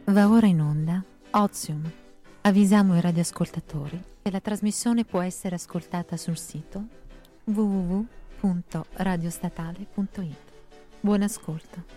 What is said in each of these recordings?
Va ora in onda Ozium. Avvisiamo i radioascoltatori che la trasmissione può essere ascoltata sul sito www.radiostatale.it. Buon ascolto.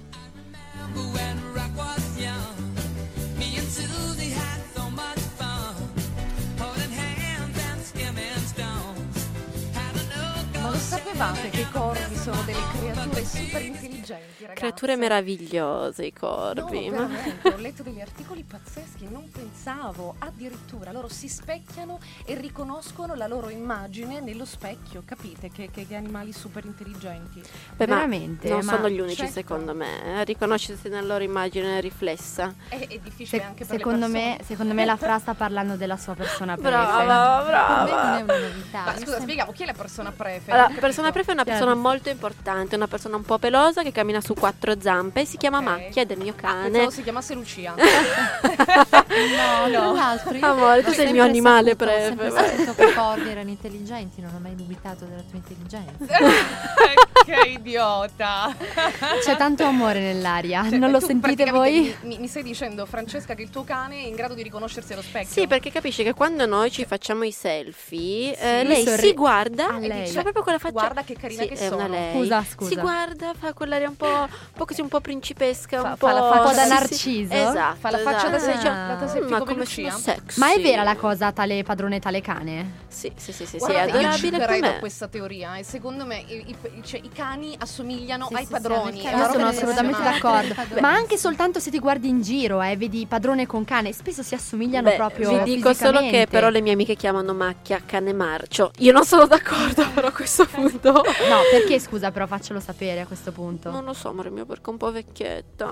Ma lo sapevate che i corvi sono delle creature super intelligenti, ragazzi? Creature meravigliose, i corvi. No, veramente, ho letto degli articoli pazzeschi, non pensavo. Addirittura loro si specchiano e riconoscono la loro immagine nello specchio, capite? Che animali super intelligenti. Beh, veramente, non ma sono gli unici, certo. secondo me. Riconoscersi nella loro immagine riflessa. È difficile anche per secondo le persone. secondo me la Fra sta parlando della sua persona prefe. Brava, Per me non è brava. una novità. Ma Io scusa, sem- spieghiamo chi è la persona prefe? Allora, Non ho persona capito. prefe è una persona molto importante, una persona un po' pelosa che cammina su 4 zampe, si chiama Ok. Macchia, è del mio cane. Pensavo si chiamasse Lucia. No, tra l'altro io Amore, tu ho sei il sempre mio animale saputo- prefe, Ho sempre vai. saputo che i corvi erano intelligenti, non ho mai dubitato della tua intelligenza. Che idiota. C'è tanto amore nell'aria, Cioè, non lo tu sentite praticamente voi? mi stai dicendo, Francesca, che il tuo cane è in grado di riconoscersi allo specchio? Sì, perché capisci che quando noi ci facciamo i selfie, lui lei sorri- si guarda a e lei. fa proprio quella faccia. Guarda che carina Sì, che è una sono. lei. Scusa. Si guarda, fa quell'aria un po' così, un po' principesca, un po'. fa la faccia Un po' da sì, sì. Narciso? Esatto. Fa la faccia da esatto. selfie Ma come come Lucia. sono sexy. Ma è vera la cosa tale padrone tale cane? Sì, sì, sì, sì, Guardate, è io ci adorabile credo a com'è. questa teoria e secondo me cioè, i cani assomigliano Sì, ai sì, padroni. sì, è io una Io roba sono che assolutamente impressionante. d'accordo. Ma anche soltanto se ti guardi in giro, vedi padrone con cane, spesso si assomigliano Beh, proprio vi dico solo che fisicamente. però le mie amiche chiamano Macchia cane marcio. Io non sono d'accordo però a questo punto. No, perché scusa, però faccelo sapere a questo punto. Non lo so, amore mio, perché è un po' vecchietta.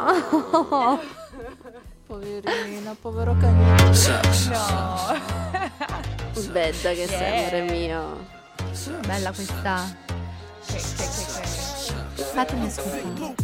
Poverina, povero cagnolino. No. Svedda che sei, amore mio. Bella questa. Fatemi ascoltare.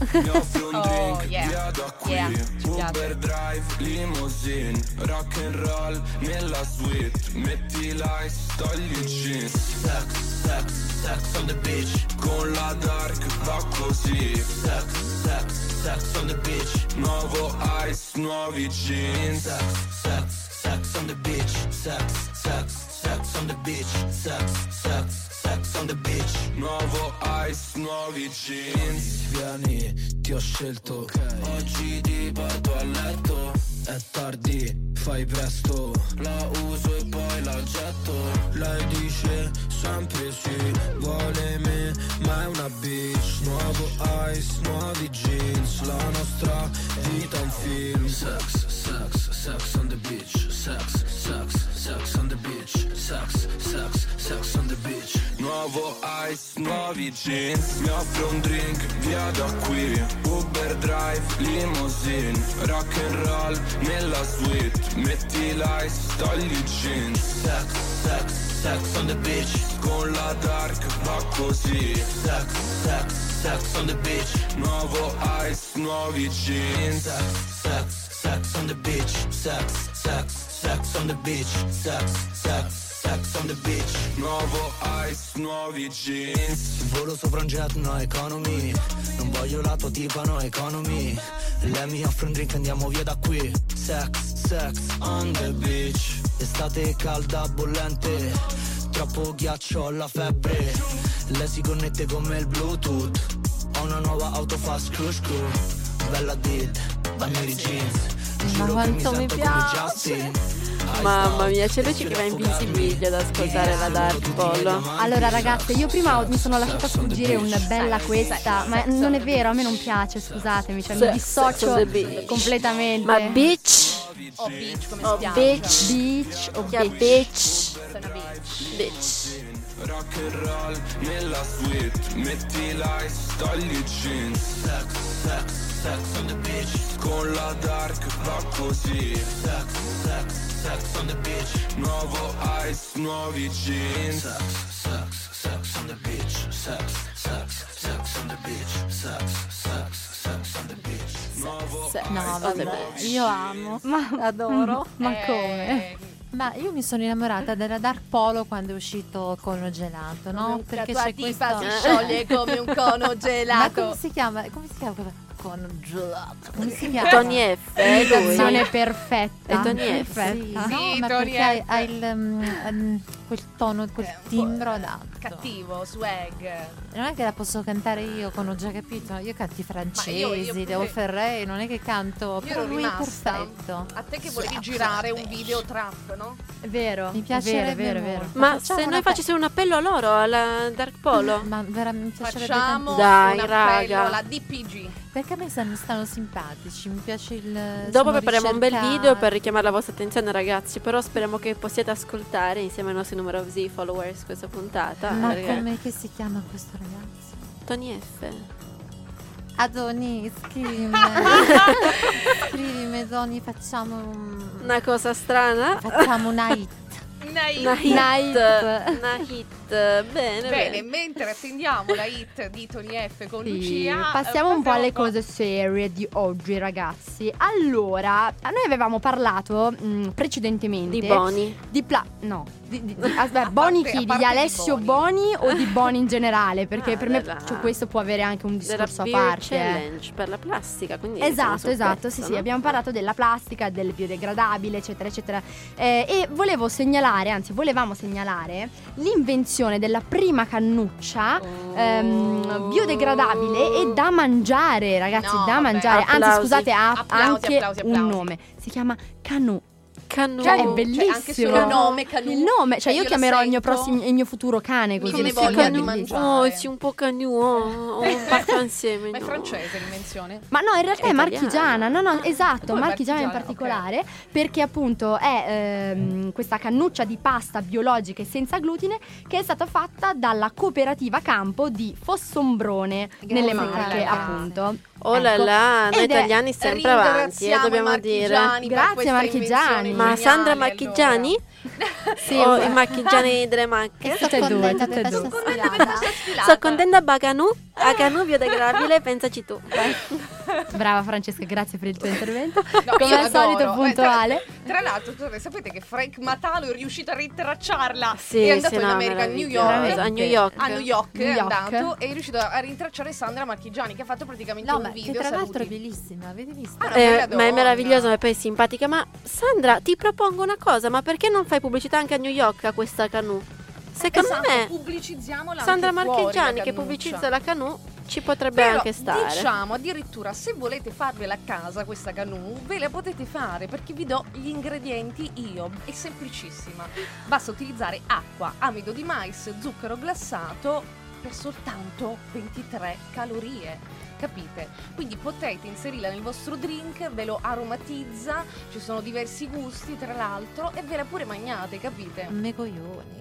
Oh, yeah. Yeah, ci piace. Drive, limousine, rock and roll nella suite. Metti l'ice, togli i jeans. Sex, sex, sex on the beach. Con la dark va così. Sex, sex, sex on the beach. Nuovo ice, nuovi jeans. Sex, sex, sex on the beach. Sex, sex, sex on the beach. Sex, sex, sex on the beach. Nuovo ice, nuovi jeans. Vieni, ti ho scelto. Oggi ti porto a letto. È tardi, fai presto. La uso e poi la getto. Lei dice sempre sì, vuole me, ma è una bitch. Nuovo ice, nuovi jeans. La nostra vita è un film. Sex, sex, sex on the beach. Sex, sex, sex on the beach. Sex, sex, sex on the beach. Nuovo ice, nuovi jeans. Mi offro un drink, via da qui. Uber drive, limousine. Rock and roll nella suite. Metti l'ice, togli i jeans. Sex, sex, sex on the beach. Con la dark va così. Sex, sex, sex on the beach. Nuovo ice, nuovi jeans. Sex, sex, sex on the beach. Sex, sex, sex on the beach. Sex, sex, sex on the beach. Nuovo ice, nuovi jeans. Volo sopra un jet, no economy. Non voglio la tua tipa, no economy. Lei mi offre un drink, andiamo via da qui. Sex, sex on the beach. Estate calda, bollente. Troppo ghiaccio, ho la febbre. Lei si connette come il Bluetooth. Ho una nuova auto fast cruise crew. Bella did, a Mary Jeans. Ma quanto mi sento come piace. Justin. Mamma mia, c'è Luci che va in Visibilia ad ascoltare la Dark Polo. Allora ragazze, io prima mi sono lasciata sfuggire una bella questa, ma non è vero, a me non piace, scusatemi, cioè mi Sex dissocio on the beach. completamente. Ma bitch, Oh, bitch, come oh spiace. bitch, Beach o che bitch? bitch, Sei una bitch. bitch. Rock and roll nella suite. Metti l'ice, togli i jeans. Sex, sex, sex on the beach. Con la dark va così. Sex, sex, sex on the beach. Nuovo ice, nuovi jeans. Sex, sex, sex on the beach. Sex, sex, sex on the beach. Sex, sex, sex on the beach. Nuovo No, vabbè, io amo, Ma adoro. Ma come? Ma io mi sono innamorata della Dark Polo quando è uscito Cono Gelato, no? La tua c'è tipa questo... si scioglie come un cono Ma gelato. come si chiama? Come si chiama? con come si chiama? Tony F. L'imitazione perfetta. È Tony F. Sì, no, Sì, ma Tony perché F. hai quel tono, quel timbro adatto. Cattivo, swag. Non è che la posso cantare io, come ho già capito. Io canti francesi, io- Leo Ferré, non è che canto. Io Però ero lui è rimasta perfetto. a te che volevi girare un video trap, no? È vero. Mi piacerebbe è vero, è molto. vero. Ma Facciamo se una noi facessimo un appello a loro, alla Dark Polo? Ma veramente mi piacerebbe Facciamo tantissimo. Dai, un raga. appello alla DPG. Perché a me stanno simpatici, mi piace il. Dopo sono prepariamo un bel video ricercati. per richiamare la vostra attenzione, ragazzi. Però speriamo che possiate ascoltare insieme ai nostri numerosi followers questa puntata. Ma perché- come che si chiama questo ragazzo? Tony F. Adoni, scrivimi. Scrivimi, Adoni, facciamo Una cosa strana. una hit. Una hit. Night. Una hit. Bene, Bene, mentre attendiamo la hit di Tony F con Sì, Lucia, passiamo un po' alle passiamo cose serie di oggi, ragazzi. Allora, noi avevamo parlato precedentemente Di Boni. aspetta, Boni parte- chi? a Di parte di Alessio Boni. Boni o di Boni in generale? Perché Ah, per me della- questo può avere anche un Della discorso a Beer parte. Challenge per la plastica. Quindi siamo Esatto, sul esatto, pezzo, sì, no? abbiamo parlato della plastica, del biodegradabile, eccetera, eccetera. E volevamo segnalare l'invenzione della prima cannuccia biodegradabile e da mangiare, ragazzi, No, da vabbè. mangiare. Anzi, Applausi. scusate, ha Applausi, anche applausi, un applausi. nome. Si chiama Canù. Cannu. Cioè, è Cioè, bellissimo. anche solo il nome, Canù. Il nome, cioè io la chiamerò il mio sento, il mio futuro cane mi così. viene si voglia chiama di bellissimo. mangiare. Oh, sì, un po' Cannu. Oh, parto insieme. Ma è no. francese l'invenzione? Ma no, in realtà È è italiana. marchigiana. No, esatto, Poi marchigiana in marchigiana, particolare, perché appunto è questa cannuccia di pasta biologica e senza glutine che è stata fatta dalla cooperativa Campo di Fossombrone nelle Marche, grazie. appunto. Oh là Ecco. là, noi Ed è- italiani sempre avanti, Ringraziamo dobbiamo i dire. marchigiani per Grazie, questa marchigiani. invenzione Ma geniale, Sandra Marchigiani? Sì, O i marchigiani delle Macche? Tutte e due, contenta tutte e per due. questa Contenta per sfilata. questa sfilata. Sono contenta a Canù biodegradabile, pensaci tu. Brava Francesca, grazie per il tuo intervento. No, Come io al solito adoro. puntuale. Tra l'altro, sapete che Frank Matalo è riuscito a ritracciarla. Sì, è andato sì, in no, America, a New meraviglioso. York. A New York. A New York New è York. andato e è riuscito a rintracciare Sandra Marchigiani, che ha fatto praticamente No, un ma che video. tra l'altro è saluti. bellissima, avete visto? Ah, una bella Ma è donna. meraviglioso e poi è simpatica. Ma Sandra, ti propongo una cosa, ma perché non fai pubblicità anche a New York a questa Canù? Secondo Esatto, me pubblicizziamola Sandra anche fuori, Marchigiani la che cannuccia. pubblicizza la Canù ci potrebbe Però anche stare. diciamo addirittura, se volete farvela a casa questa Canù, ve la potete fare perché vi do gli ingredienti io. È semplicissima. Basta utilizzare acqua, amido di mais, zucchero glassato per soltanto 23 calorie. Capite? Quindi potete inserirla nel vostro drink, ve lo aromatizza, ci sono diversi gusti tra l'altro e ve la pure mangiate, capite? Me coglioni.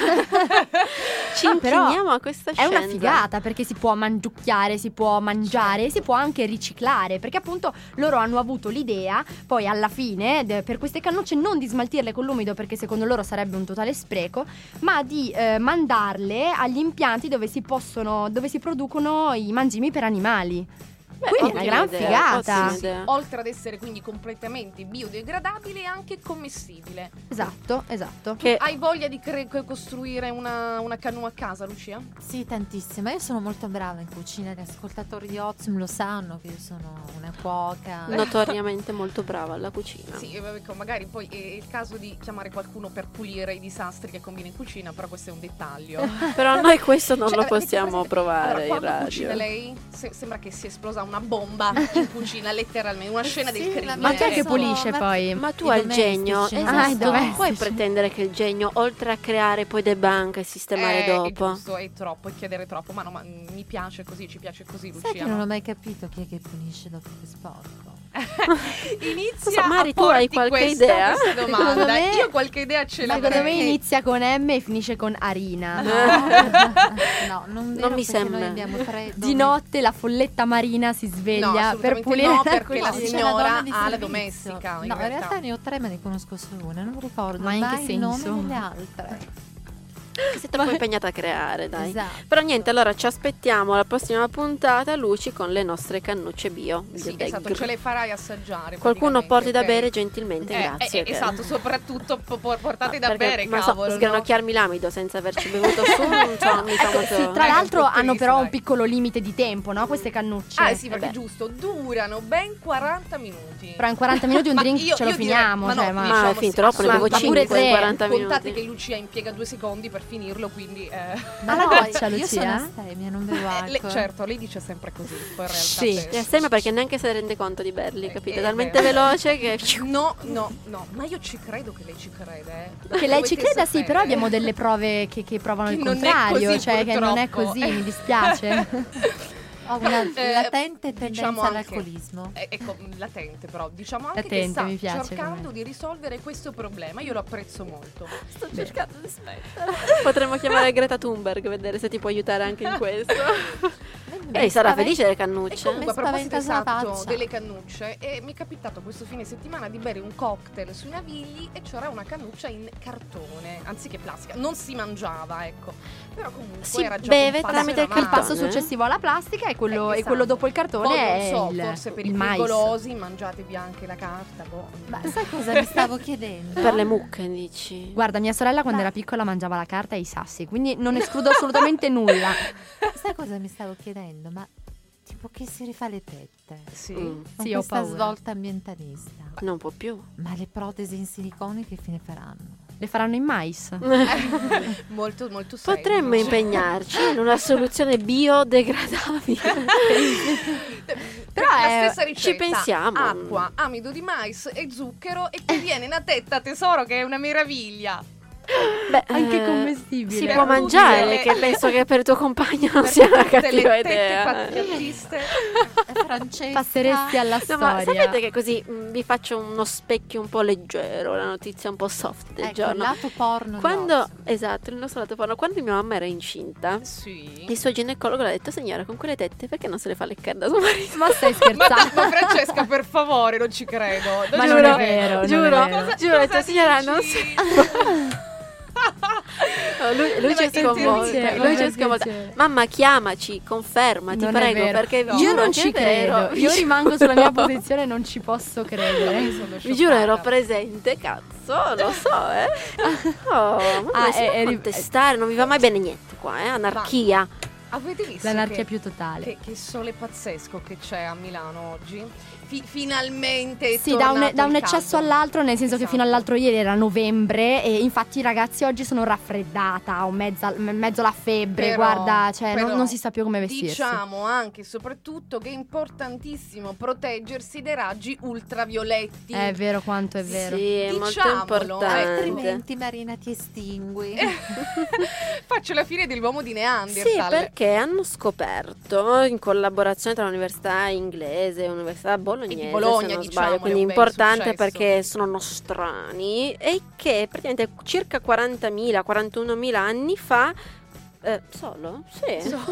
Ci Però inchiniamo a questa È scienza. una figata perché si può mangiucchiare, si può mangiare, si può anche riciclare, perché appunto loro hanno avuto l'idea poi alla fine per queste cannucce non di smaltirle con l'umido perché secondo loro sarebbe un totale spreco, ma di mandarle agli impianti dove si producono i mangimi per animali. Quindi è una gran figata. ottima idea. Oltre ad essere quindi completamente biodegradabile, è anche commestibile. Esatto. Che Hai voglia di costruire una Canù a casa, Lucia? Sì, tantissima. Io sono molto brava in cucina, gli ascoltatori di Ozium lo sanno che io sono una cuoca. notoriamente molto brava alla cucina. Sì, ecco, magari poi è il caso di chiamare qualcuno per pulire i disastri che combina in cucina, però questo è un dettaglio. Però noi questo non Cioè, lo avete possiamo presente- provare allora, in quando radio. cucina lei sembra che sia esplosa una bomba in cucina, letteralmente, una scena del Sì, crimine. Ma chi è che sono- pulisce poi? Ma tu I hai il domestici, genio, non esatto. Ah, i Non domestici. puoi pretendere che il genio, oltre a creare, poi debunka e sistemare È dopo. giusto, è troppo, è chiedere troppo. Ma no, ma mi piace così, ci piace così, Sai Lucia. che non no? ho mai capito chi è che punisce dopo che sporco. Inizia Mari, a tu hai porti qualche questa idea? domanda. Secondo me- Io qualche idea ce Secondo me l'avrei. inizia con M e finisce con Arina. No, non vero, Non mi perché sembra. Noi abbiamo tre Di notte la folletta marina si No, sveglia per assolutamente pulire no, la perché la cucina. signora donna di ha la servizio. domestica, in No, in realtà. realtà ne ho tre, ma ne conosco solo una. Non mi ricordo Ma in che mai il nome senso? delle altre. Che sei troppo impegnata a creare, dai. Esatto. Però niente, allora ci aspettiamo alla prossima puntata, Luci, con le nostre cannucce bio. Sì, Del esatto, Degr. ce le farai assaggiare. Qualcuno porti da praticamente, bere ok? gentilmente, grazie. Esatto, soprattutto portate da Perché, bere, non so, cavolo. no? sgranocchiarmi l'amido senza averci bevuto su, non so, mi fa molto... Tra l'altro hanno però un dai. piccolo limite di tempo, no? Queste cannucce. Ah sì, perché beh. giusto, durano ben 40 minuti. Però in 40 minuti un Ma drink io- ce lo io direi- finiamo. ma no, cioè, ma... Ma è finito troppo, ne bevo ma pure 5 in tre. 40 Contate minuti. che Lucia impiega 2 secondi per finirlo, quindi... Ma Alla no, goccia, io sono Lucia? astemia, non bevo alcol. certo, lei dice sempre così, poi in realtà... Sì. E sembra perché neanche se ne rende conto di berli, capite? eh, Talmente beh. veloce che... No, ma io ci credo che lei ci crede. Che lei ci Dovete creda, sì, sapere. però abbiamo delle prove che provano Che il non è contrario, così, cioè che non è purtroppo. così, mi dispiace. Ho una latente tendenza diciamo anche- all'alcolismo. Ecco, latente però, diciamo anche Latente, che sta mi piace cercando come- di risolvere questo problema, io lo apprezzo molto. Sto cercando di smettere. Potremmo chiamare Greta Thunberg, vedere se ti può aiutare anche in questo. Sarà Spaventa- felice delle E cannucce. comunque a proposito spaventa la esatto faccia. delle cannucce, mi è capitato questo fine settimana di bere un cocktail sui Navigli e c'era una cannuccia in cartone, anziché plastica. Non si mangiava, ecco. Però comunque Si era già beve un passo tramite in il avanti. Il passo cartone. successivo alla plastica e quello, e Esatto. quello dopo il cartone Poi è non so, il, forse per il i mais. pericolosi mangiatevi anche la carta. Boh. Ma sai cosa mi stavo chiedendo? Per le mucche, dici? Guarda, mia sorella quando era piccola mangiava la carta e i sassi, quindi non escludo assolutamente nulla. Sai cosa mi stavo chiedendo? Ma tipo che si rifà le tette? Sì. Mm, Con Sì, ho questa paura. svolta ambientalista. non può più. Ma le protesi in silicone che fine faranno? Le faranno in mais. Molto, molto serio. Potremmo impegnarci in una soluzione biodegradabile. Però la è- stessa ricetta, ci pensiamo. acqua, amido di mais e zucchero e ti viene una tetta tesoro che è una meraviglia. Beh, Anche commestibile. si Per può tutte mangiare, le- che penso che per il tuo compagno non Per sia una tutte cattiva le idea. tette piattiste. Francesca. Passeresti alla No, ma storia. sapete che così vi faccio uno specchio un po' leggero, la notizia un po' soft del Ecco, il giorno. lato porno. Quando, esatto, il nostro lato porno, quando mia mamma era incinta, Sì. il suo ginecologo le ha detto: signora, con quelle tette perché non se le fa leccare da suo marito? Ma stai Ma scherzando? Francesca, per favore, non ci credo. Ma non è vero, non è giuro, vero. giuro, ho detto, signora, non dici? si... Lui ci è Deve sconvolta. sentirsi- Lui ci è deve sconvolta. piacere. Mamma, chiamaci, conferma, ti Non è prego, vero. perché vi Io giuro non che ci è vero. credo. Io rimango sulla mia posizione e non ci posso credere. Sono Vi giuro, ero scioccata. presente, cazzo, lo so, Oh, ma Ah, si può eri- contestare, non vi va mai bene niente qua, anarchia. Avete visto L'anarchia che, più totale. che sole pazzesco che c'è a Milano oggi? Finalmente è Sì, da tornato un il eccesso caldo. all'altro, nel senso che Esatto. fino all'altro ieri era novembre e infatti i ragazzi oggi sono raffreddata, ho mezzo alla febbre, Però- guarda, cioè però non si sa più come vestirsi. Diciamo anche e soprattutto che è importantissimo proteggersi dai raggi ultravioletti. È vero quanto è vero. Sì, è molto Diciamolo, importante. Altrimenti Marina ti estingui. Faccio la fine dell'uomo di Sì, Neanderthal. perché hanno scoperto, in collaborazione tra l'università inglese e l'università bolognese, E di Bologna, se non diciamo, sbaglio, è quindi un bel importante successo. perché sono nostrani, e che praticamente circa 40.000, 41.000 anni fa, solo? Sì. Solo?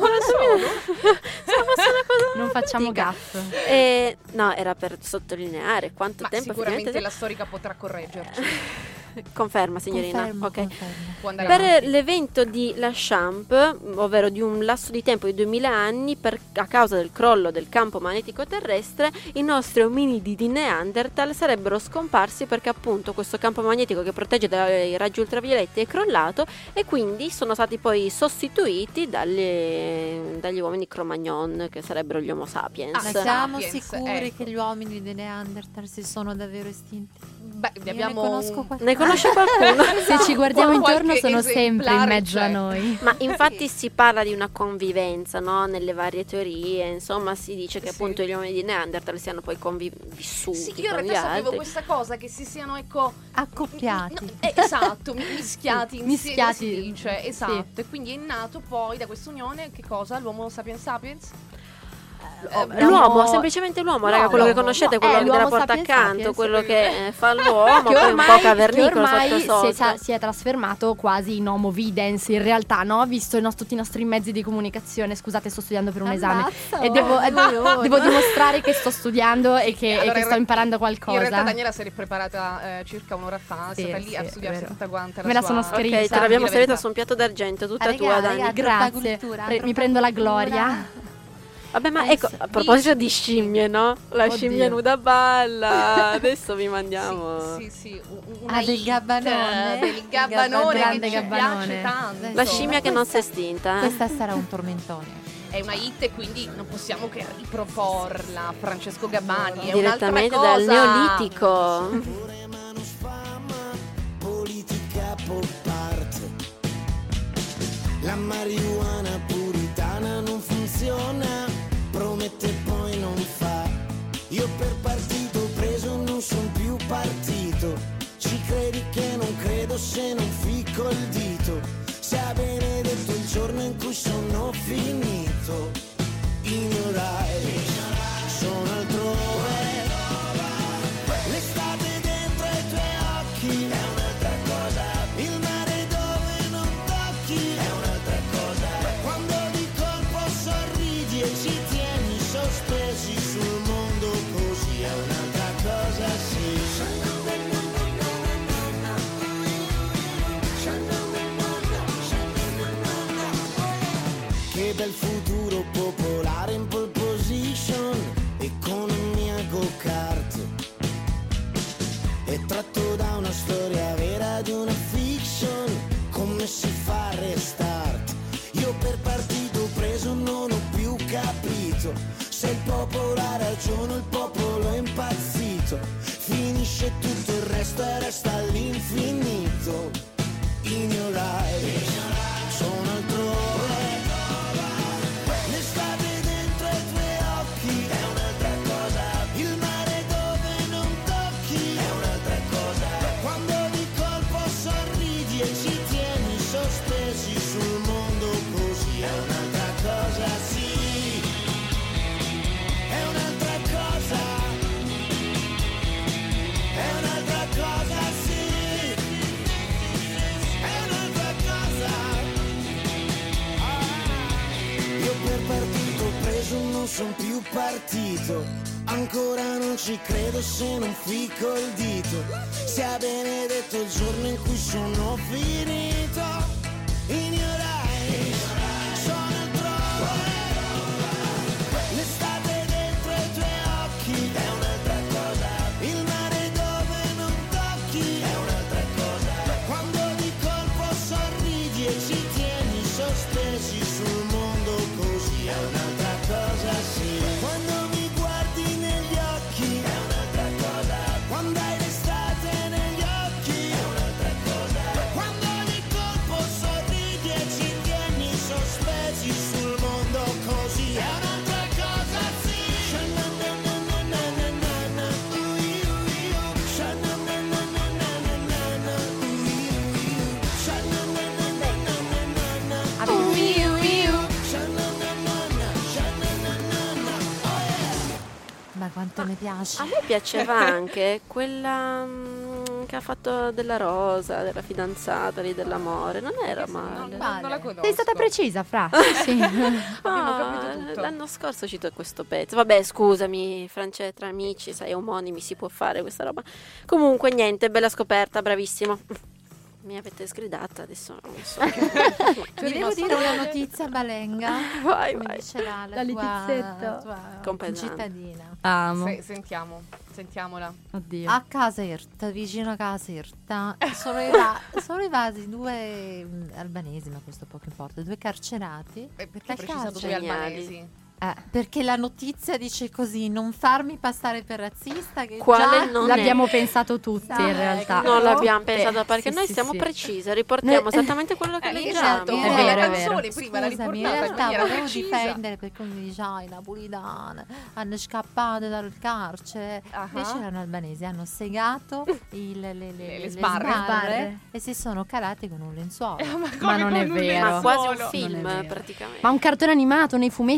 Non facciamo Dica. gaff. No, era per sottolineare quanto Ma tempo sicuramente effettivamente... la storica potrà correggerci. Conferma, signorina. Confermo, Ok. confermo. Può andare Per avanti. l'evento di La Champ, ovvero di un lasso di tempo di 2000 anni, a causa del crollo del campo magnetico terrestre, i nostri ominidi di Neanderthal sarebbero scomparsi perché appunto questo campo magnetico che protegge dai raggi ultravioletti è crollato, e quindi sono stati poi sostituiti dagli uomini Cro-Magnon, che sarebbero gli Homo sapiens. Ah, Ma sì. siamo Sapiens, sicuri ecco. che gli uomini di Neanderthal si sono davvero estinti? Beh, Io abbiamo ne conosco un- qualcuno. Ne conosce qualcuno? Se ci guardiamo Qualche intorno sono sempre in esemplare mezzo a c'è. noi. Ma infatti si parla di una convivenza, no? Nelle varie teorie, insomma, si dice che Sì. appunto gli uomini di Neanderthal siano poi vissuti Sì, io in con gli realtà sapevo altri. questa cosa, che si siano, ecco, Accoppiati. no, esatto, mischiati Sì, insieme, mischiati, si dice, sì. esatto. E quindi è nato poi da questa unione che cosa? L'uomo sapiens sapiens? L'uomo, semplicemente l'uomo, raga, quello che conoscete, quello della l'uomo porta sapiens accanto, sapiens. quello che fa l'uomo, che poi un po' cavernicolo che ormai sotto sotto. si è trasformato quasi in homo videns in realtà, no? Visto tutti i nostri mezzi di comunicazione. Scusate, sto studiando per un esame e devo dimostrare che sto studiando e che sto imparando qualcosa. In realtà Daniela si è preparata circa un'ora fa, è Sì, stata lì a sì, studiarsi è vero. tutta quanta Me la sono sua- scritta. Ok, te l'abbiamo Sì, la servita verità. su un piatto d'argento, tutta Raga, tua, Dani. raga, Grazie, cultura, mi prendo la cultura. gloria. Vabbè, ma ecco, a proposito di scimmie, no? La Oddio. scimmia nuda balla. Adesso vi mandiamo. Sì, del hit gabbanone. del gabbanone che grande ci gabbanone. piace tanto. La scimmia che non si è estinta. Questa sarà un tormentone. È una hit e quindi non possiamo che riproporla. Francesco Gabbani è Direttamente un'altra dal cosa. Neolitico. Pure mano sfama, politica pop art. La marijuana puritana non funziona, promette e poi non fa. Io per partito preso non son più partito. Ci credi che non credo se non ficco il dito. Sia benedetto il giorno in cui sono finito. Ignorai, sono altrove. L'estate dentro i tuoi occhi è un'altra cosa. Il mare dove non tocchi è un'altra cosa. Quando di colpo sorridi e ci tieni sospesi sul mondo così è un'altra cosa, sì. Che bel futuro popolare in pole position, economia go-kart. È tratto da una storia vera di una fiction, come si fa a restart. Io per partito preso non ho più capito, se il popolo ha ragione il popolo è impazzito. Finisce tutto il resto e resta all'infinito. Ignorai, sono altrove. L'estate dentro i tuoi occhi è un'altra cosa. Il mare dove non tocchi è un'altra cosa. Quando di colpo sorridi e ci tieni sospesi sul mondo così è un'altra cosa, sì. È un'altra cosa. È un'altra cosa, sì. È un'altra cosa. Io per partito preso non son più partito. Ancora non ci credo se non ficco il dito. Sia benedetto il giorno in cui sono finito. Ignorai, sono altrove. L'estate dentro i tuoi occhi è un'altra cosa. Il mare dove non tocchi è un'altra cosa. Quando di colpo sorridi e ci tieni sospesi sul mondo così è un'altra cosa, sì. Quando mi guardi negli occhi è un'altra cosa. Quando hai l'estate negli occhi è un'altra cosa. Quando di colpo sorridi e ci tieni sospesi sul mondo così è un'altra cosa, sì. Ma quanto mi A piace. me piaceva anche quella che ha fatto della rosa, della fidanzata lì, dell'amore. Non era male. Non la conosco. Sei stata precisa, Fra. Sì. Abbiamo capito tutto. L'anno scorso cito questo pezzo. Vabbè, scusami, France, tra amici, sai, omonimi si può fare questa roba. Comunque, niente, bella scoperta, bravissimo. Mi avete sgridata, adesso non so. Vi devo dire una notizia balenga. Vai, Come vai. dice la La Litizetto. tua Compagna. cittadina. Amo. Sentiamola. Oddio. A Caserta, vicino a Caserta, sono arrivati due albanesi, ma questo poco importa, due carcerati. Perché Da hai precisato due Geniali. albanesi? Perché la notizia dice così: non farmi passare per razzista. Che Quale già non L'abbiamo è? pensato tutti in realtà. Non l'abbiamo pensato perché sì, noi sì, siamo sì. precise, riportiamo esattamente quello che leggiamo. Esatto, È come vero, la è canzone vero. prima l'ha Scusami, in riportata in realtà maniera volevo precisa. difendere perché mi dice i napolitani hanno scappato dal carcere. Invece erano albanesi, hanno segato le sbarre. e si sono calati con un lenzuolo. Ma non è vero. Ma quasi un Non è film vero. praticamente. Ma un cartone animato nei fumetti Ma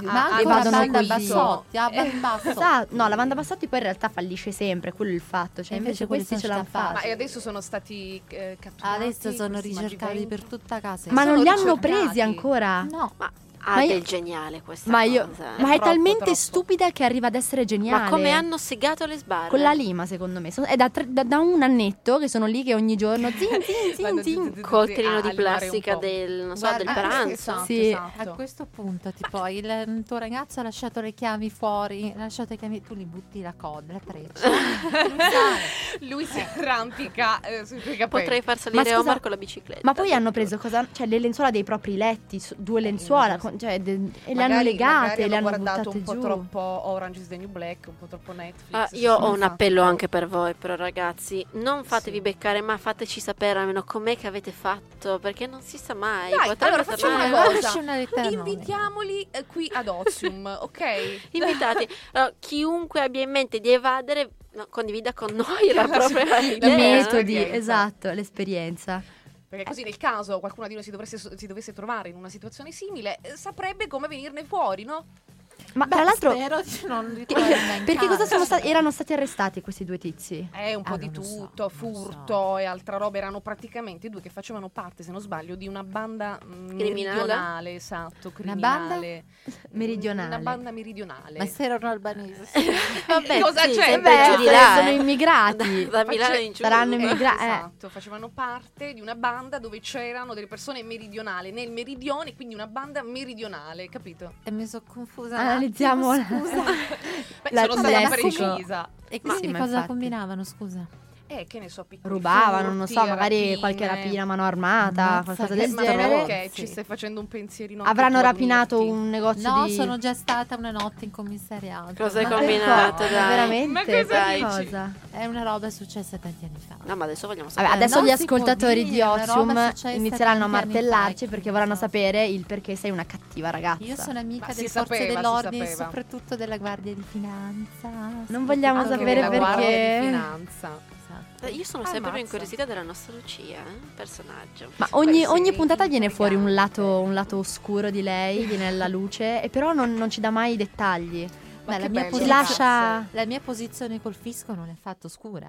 Ma anche e la vadono banda così. Bassotti, in basso. No, la banda Bassotti poi in realtà fallisce sempre, quello è il fatto. Cioè, E invece invece questi quelli ce sono l'hanno scappati. fatta. Ma adesso sono stati catturati. Adesso sono questi ricercati Magiventi? per tutta casa. Ma non sono li hanno ricercati. presi ancora? No. Ma Ma è io- del geniale questa Ma io, cosa. ma è Troppo, talmente troppo. stupida che arriva ad essere geniale. Ma come hanno segato le sbarre? Con la lima, secondo me. È da un annetto che sono lì che ogni giorno Vanno Coltellino di a limare un plastica po'. del, non so, Guarda, del pranzo. Esatto, Sì. esatto. A questo punto, tipo, il tuo ragazzo ha lasciato le chiavi fuori, ha lasciato le chiavi, tu li butti la coda, la treccia. Non sai. Lui si arrampica sui tuoi capelli. Potrei far salire scusa, Omar con la bicicletta. Ma poi hanno preso cosa? Cioè, le lenzuola dei propri letti, due lenzuola, e le hanno legate, le hanno guardato buttate un po' giù. troppo Orange is the New Black, un po' troppo Netflix. Ah, si io sono ho un fatti- appello anche per voi, però ragazzi, non fatevi Sì. beccare, ma fateci sapere almeno com'è che avete fatto, perché non si sa mai. Dai, potrebbe allora facciamo tornare- una cosa. Lasci una lettera Invitiamoli qui ad Ozium, ok? Invitati. Allora, chiunque abbia in mente di evadere, condivida con noi la propria I I idea. metodi, L'esperienza. esatto, l'esperienza. Perché così nel caso qualcuno di noi si dovesse trovare in una situazione simile, saprebbe come venirne fuori, no? Ma tra l'altro, spero di non ritrovarmi in perché cosa casa. sono stati? Erano stati arrestati questi due tizi? È un po' di non lo so, tutto, non lo furto e altra roba. Erano praticamente due che facevano parte, se non sbaglio, di una banda meridionale, esatto, criminale. Meridionale. Una banda meridionale. Ma se erano albanesi. Vabbè, Cosa sì, c'è? sempre Beh, giù di là, sono immigrati. Da Milano in giù. Saranno immigrati. Esatto, facevano parte di una banda dove c'erano delle persone meridionali nel meridione, quindi una banda meridionale, capito? E mi sono confusa. Analizziamo un attimo, scusa. Beh, La- sono stata lessico. precisa. E quindi sì, ma cosa infatti. combinavano, scusa? Che ne so, piccoli Rubavano, non so, furti, magari rapine. qualche rapina a mano armata, Ammazza, qualcosa che del Ma genere. perché Sì. ci stai facendo un pensierino? Avranno anche tu ad rapinato unirti? un negozio No, di... sono già stata una notte in commissariato. Cosa hai Ma combinato, Ma dai? veramente? Ma cosa Che dici? cosa? È una roba successa tanti anni fa. No, ma adesso vogliamo Vabbè, sapere. adesso non gli si può ascoltatori dire, di una roba Ozium successa inizieranno a tanti anni martellarci fa. perché vorranno sapere il perché sei una cattiva ragazza. Io sono amica Ma si delle forze sapeva, si dell'ordine, sapeva. soprattutto della Guardia di Finanza. Non vogliamo Anche sapere della Guardia perché. di Finanza. Esatto. Io sono sempre più Ammazza. incuriosita della nostra Lucia, personaggio. Ma ogni, Beh, sì, ogni puntata viene fuori un intrigante. lato oscuro di lei, viene alla luce, e però non ci dà mai i dettagli. Beh, che la, mia bello. Ci posizione, lascia... la mia posizione col fisco non è affatto oscura.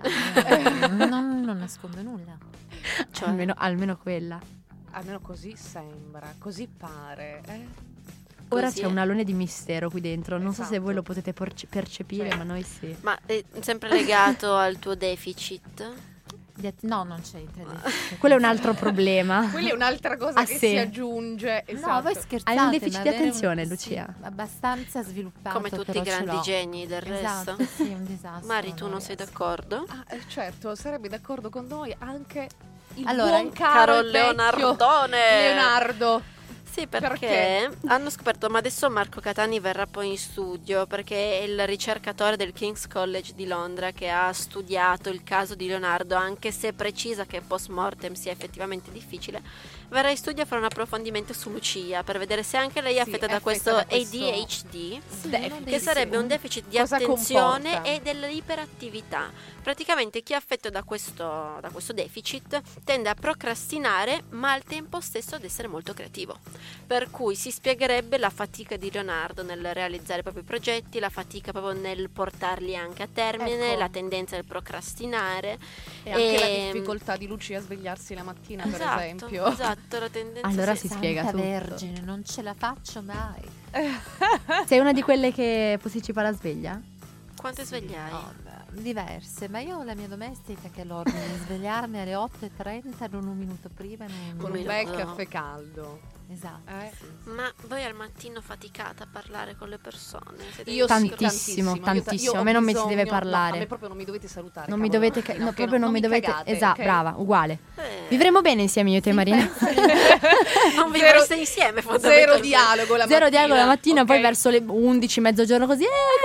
non nascondo nulla. Cioè, Almeno quella. Almeno così sembra, così pare. Ora Così c'è è. un alone di mistero qui dentro. Non so se Esatto. voi lo potete percepire, Cioè. ma noi sì. ma è sempre legato al tuo deficit? No, non c'entra. Quello è un altro problema. Quella è un'altra cosa Ah, che sì. si aggiunge. No, Esatto. voi scherzate. Hai un deficit ma di avere attenzione, sì, Lucia. abbastanza sviluppato. Come tutti i però ce grandi l'ho. geni del Esatto, resto. sì, un disastro. Mari, tu non sei riesco. d'accordo? Certo, sarebbe d'accordo con noi anche il Allora, buon caro Caro e vecchio Leonardone! Leonardo. Sì, perché Perché? hanno scoperto, ma adesso Marco Catani verrà poi in studio perché è il ricercatore del King's College di Londra che ha studiato il caso di Leonardo, anche se precisa che post mortem sia effettivamente difficile, verrà in studio a fare un approfondimento su Lucia per vedere se anche lei è Sì, affetta è da questo affetta da questo ADHD, Sì, Def- uno dei che sarebbe un sì. deficit di Cosa attenzione comporta? e dell'iperattività. Praticamente chi è affetto da questo deficit tende a procrastinare, ma al tempo stesso ad essere molto creativo. Per cui si spiegherebbe la fatica di Leonardo nel realizzare i propri progetti, la fatica proprio nel portarli anche a termine, Ecco. la tendenza del procrastinare. E anche la E- difficoltà di Lucia a svegliarsi la mattina, per Esatto, esempio. esatto, la tendenza Allora sì. si Santa spiega tutto. Vergine, non ce la faccio mai. Sei una di quelle che posticipa la sveglia? Quante svegliai? No, beh, diverse, ma io ho la mia domestica che l'ordine di svegliarmi alle 8:30, non un minuto prima. Con un Minuto. bel caffè caldo. Esatto. sì. Ma voi al mattino faticate a parlare con le persone? Siete Io Tantissimo, sì, tantissimo. Io A ho me non mi si bisogno- deve parlare. No, a me proprio non mi dovete salutare. Non mi cavolo, dovete, Martina, ok? proprio non mi dovete. cagate, Esatto, ok? brava, uguale. Eh, Vivremo bene insieme io e te, Marina. non vivreste insieme Zero fondamentalmente. dialogo la Zero mattina. dialogo la mattina, ok? poi verso le 11, mezzogiorno così. Come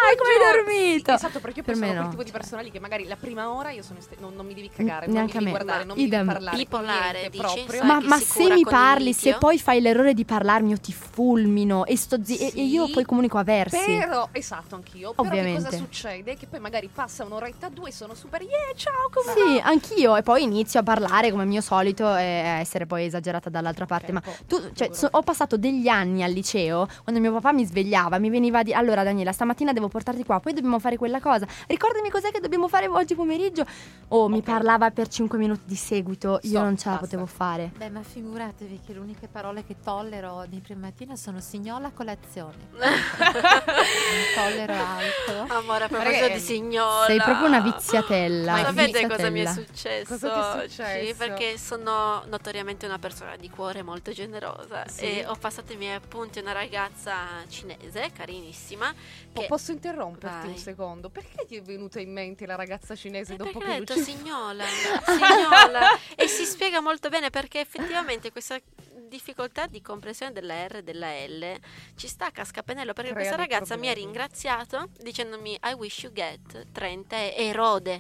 come hai dormito? Esatto, perché io Per poi me sono quel no. tipo di persona lì che magari la prima ora io sono non mi devi cagare, Neanche non mi a devi me. guardare, non mi devi Idem. parlare. Bipolare, niente dici? proprio. Sai Ma chi si se cura mi con il parli, se litio? poi fai l'errore di parlarmi, io ti fulmino e sto e io Sì, poi comunico a versi. Però, esatto, anch'io. Però che Ovviamente. cosa succede? Che poi magari passa un'oretta, due, sono super ciao, come Sì, anch'io. E poi inizio a parlare come mio solito e a essere poi esagerata dall'altra parte. Ma tu, cioè, ho passato degli anni al liceo quando mio papà mi svegliava, mi veniva di allora Daniela, stamattina devo portarti qua, poi dobbiamo fare quella cosa. Ricordami cos'è che dobbiamo fare oggi pomeriggio. Mi parlava per 5 minuti di seguito, io non ce la basta. potevo fare. Beh, ma figuratevi che le uniche parole che tollero di prima mattina sono signola, colazione. Non tollero altro. Amore, a proposito di signola. Sei proprio una viziatella. Ma sapete cosa mi è viziatella. successo? Cosa ti è oggi? successo? Perché sono notoriamente una persona di cuore molto generosa Sì. e ho passato i miei appunti a una ragazza cinese, carinissima. Che Posso interromperti Vai. un secondo? Perché ti è venuta in mente la ragazza cinese dopo perché che ho detto Lucia... signola, signola. E si spiega molto bene perché effettivamente questa difficoltà di comprensione della R e della L ci sta a cascapennello, perché Crea questa dei ragazza mi ha problemi. ringraziato dicendomi I wish you get 30 erode.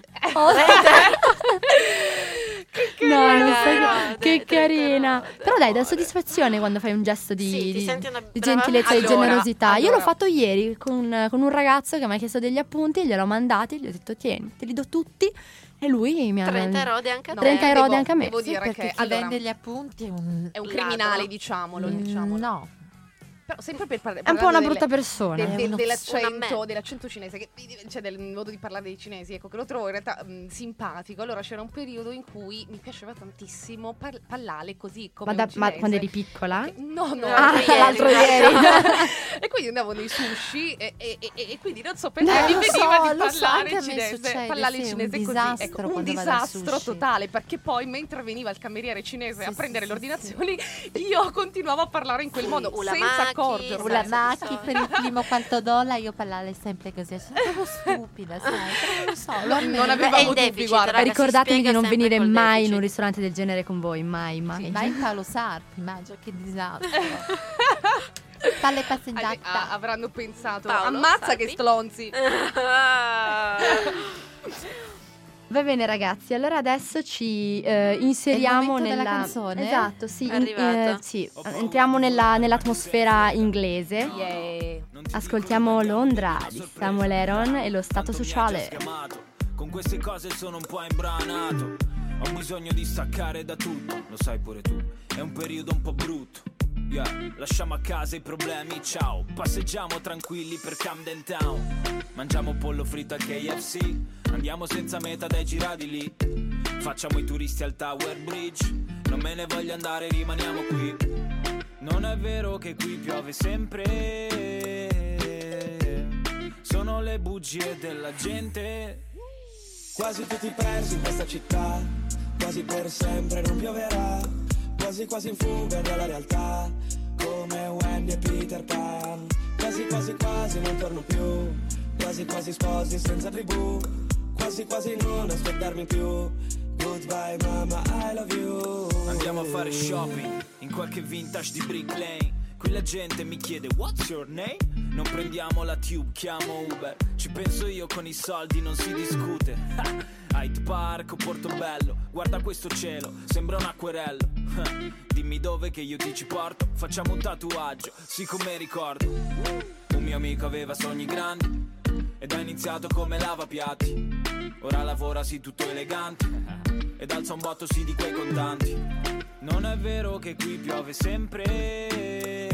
No, non Rode, sai che carina. rode, Però dai, dà amore. soddisfazione quando fai un gesto di, Sì, ti di- senti una di brava- gentilezza e Allora, generosità. Io l'ho allora. fatto ieri con un ragazzo che mi ha chiesto degli appunti, gliel'ho mandati, gli ho detto tieni, te li do tutti. E lui mi ha 30 erode anche a No, te. 30 erode anche a me. Devo Sì, dire perché che chi allora, vende gli appunti è un... è un ladro. criminale, diciamolo. No. Però sempre per È un po' una brutta persona. È uno- dell'accento cinese, cioè del modo di parlare dei cinesi, ecco, che lo trovo in realtà simpatico. Allora c'era un periodo in cui mi piaceva tantissimo parlare così come un Ma cinese. quando eri piccola? No, L'altro ieri. l'altro ieri. E quindi andavo nei sushi e quindi non so perché No, mi lo veniva so, di lo so, parlare anche a me cinese, succede, parlare sì, un cinese così, disastro ecco, un quando vado al disastro sushi. totale, perché poi mentre veniva il cameriere cinese Sì, a prendere sì, le sì, ordinazioni, io continuavo a parlare in quel Sì, modo ulamaki, senza accorgermi. Con la Sì, macchi sì. per il primo quarto d'ora io parlare sempre così. Sono proprio stupida, sai? Però non lo so. Lo ammetto. Non Beh, è avevamo il dubbi, deficit, guarda. raga, si Ricordatemi spiega di non sempre venire col mai in deficit. un ristorante del genere con voi, mai, mai. Sì, vai in Paolo Sarpi, immagino che disastro. Palle passeggiata. Avranno pensato, Paolo, ammazza Sarpi? che stlonzi. Va bene ragazzi, allora adesso ci inseriamo È il momento della nella canzone? Esatto, sì, È arrivata. sì, entriamo nell'atmosfera inglese. Yeah. Ascoltiamo Londra di Samuel Aaron e lo stato sociale. Con queste cose sono un po' imbranato. Ho bisogno di staccare da tutto, lo sai pure tu. È un periodo un po' brutto. Yeah, lasciamo a casa i problemi, ciao. Passeggiamo tranquilli per Camden Town. Mangiamo pollo fritto al KFC. Andiamo senza meta dai girati lì. Facciamo i turisti al Tower Bridge. Non me ne voglio andare, rimaniamo qui. Non è vero che qui piove sempre. Sono le bugie della gente. Quasi tutti persi in questa città, quasi per sempre non pioverà, quasi quasi in fuga dalla realtà, come Wendy e Peter Pan. Quasi quasi quasi non torno più, quasi quasi sposi senza tribù, quasi quasi non aspettarmi più. Goodbye mama, I love you. Andiamo a fare shopping in qualche vintage di Brick Lane. Qui la gente mi chiede what's your name? Non prendiamo la tube, chiamo Uber. Ci penso io, con i soldi non si discute. Hyde Park o Portobello, guarda questo cielo, sembra un acquerello. Dimmi dove che io ti ci porto, facciamo un tatuaggio, sì come ricordo. Un mio amico aveva sogni grandi ed ha iniziato come lavapiatti. Ora lavora sì tutto elegante ed alza un botto sì di quei contanti. Non è vero che qui piove sempre,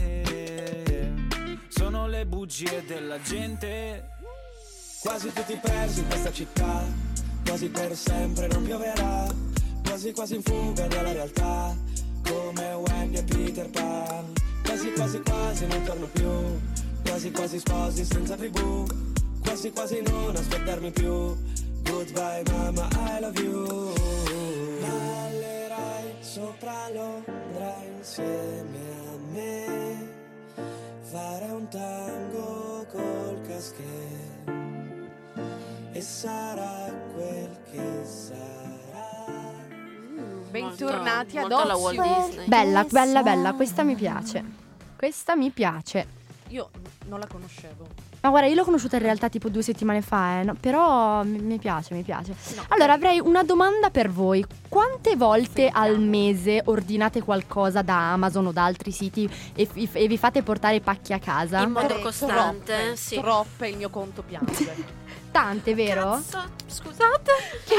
sono le bugie della gente. Quasi tutti persi in questa città, quasi per sempre non pioverà, quasi quasi in fuga dalla realtà, come Wendy e Peter Pan. Quasi quasi quasi non torno più, quasi quasi sposi senza tribù, quasi quasi non aspettarmi più. Goodbye mama, I love you. Ballerai sopra Londra insieme a me, fare un tango col caschetto e sarà quel che sarà. Bentornati ad molto la Ozio. Walt Disney. Bella, bella, bella, questa mi piace. Questa mi piace. Io non la conoscevo. Ma guarda, io l'ho conosciuta in realtà tipo 2 settimane fa, no? Però mi piace. No, Allora, avrei una domanda per voi. Quante volte al mese ordinate qualcosa da Amazon o da altri siti e vi fate portare i pacchi a casa? In modo costante, sì. Troppe, il mio conto piange. Tante, vero? Cazzo, scusate.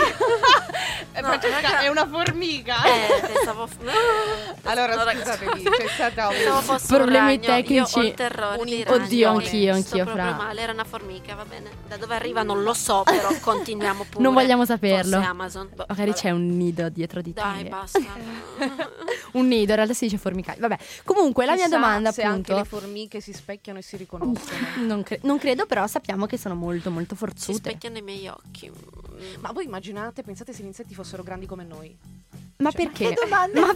Francesca è una formica. Pensavo. Allora No, scusatemi, c'è stata Pensavo un... fosse un Problemi ragno. tecnici. Io ho il terrore Un dei Oddio, ragni. anch'io, Sto proprio Fra. male. Era una formica, va bene. Da dove arriva non lo so, però continuiamo pure. Non vogliamo saperlo. Forse Amazon. Magari Vabbè. c'è un nido dietro di te. Dai, basta. Un nido, in realtà si dice formicaio. Vabbè, comunque la mia Chissà domanda se anche appunto le formiche si specchiano e si riconoscono. non credo, però sappiamo che sono molto molto Si forzute. specchiano i miei occhi. Ma voi immaginate, pensate se gli insetti fossero grandi come noi? Ma perché? Che domande Ma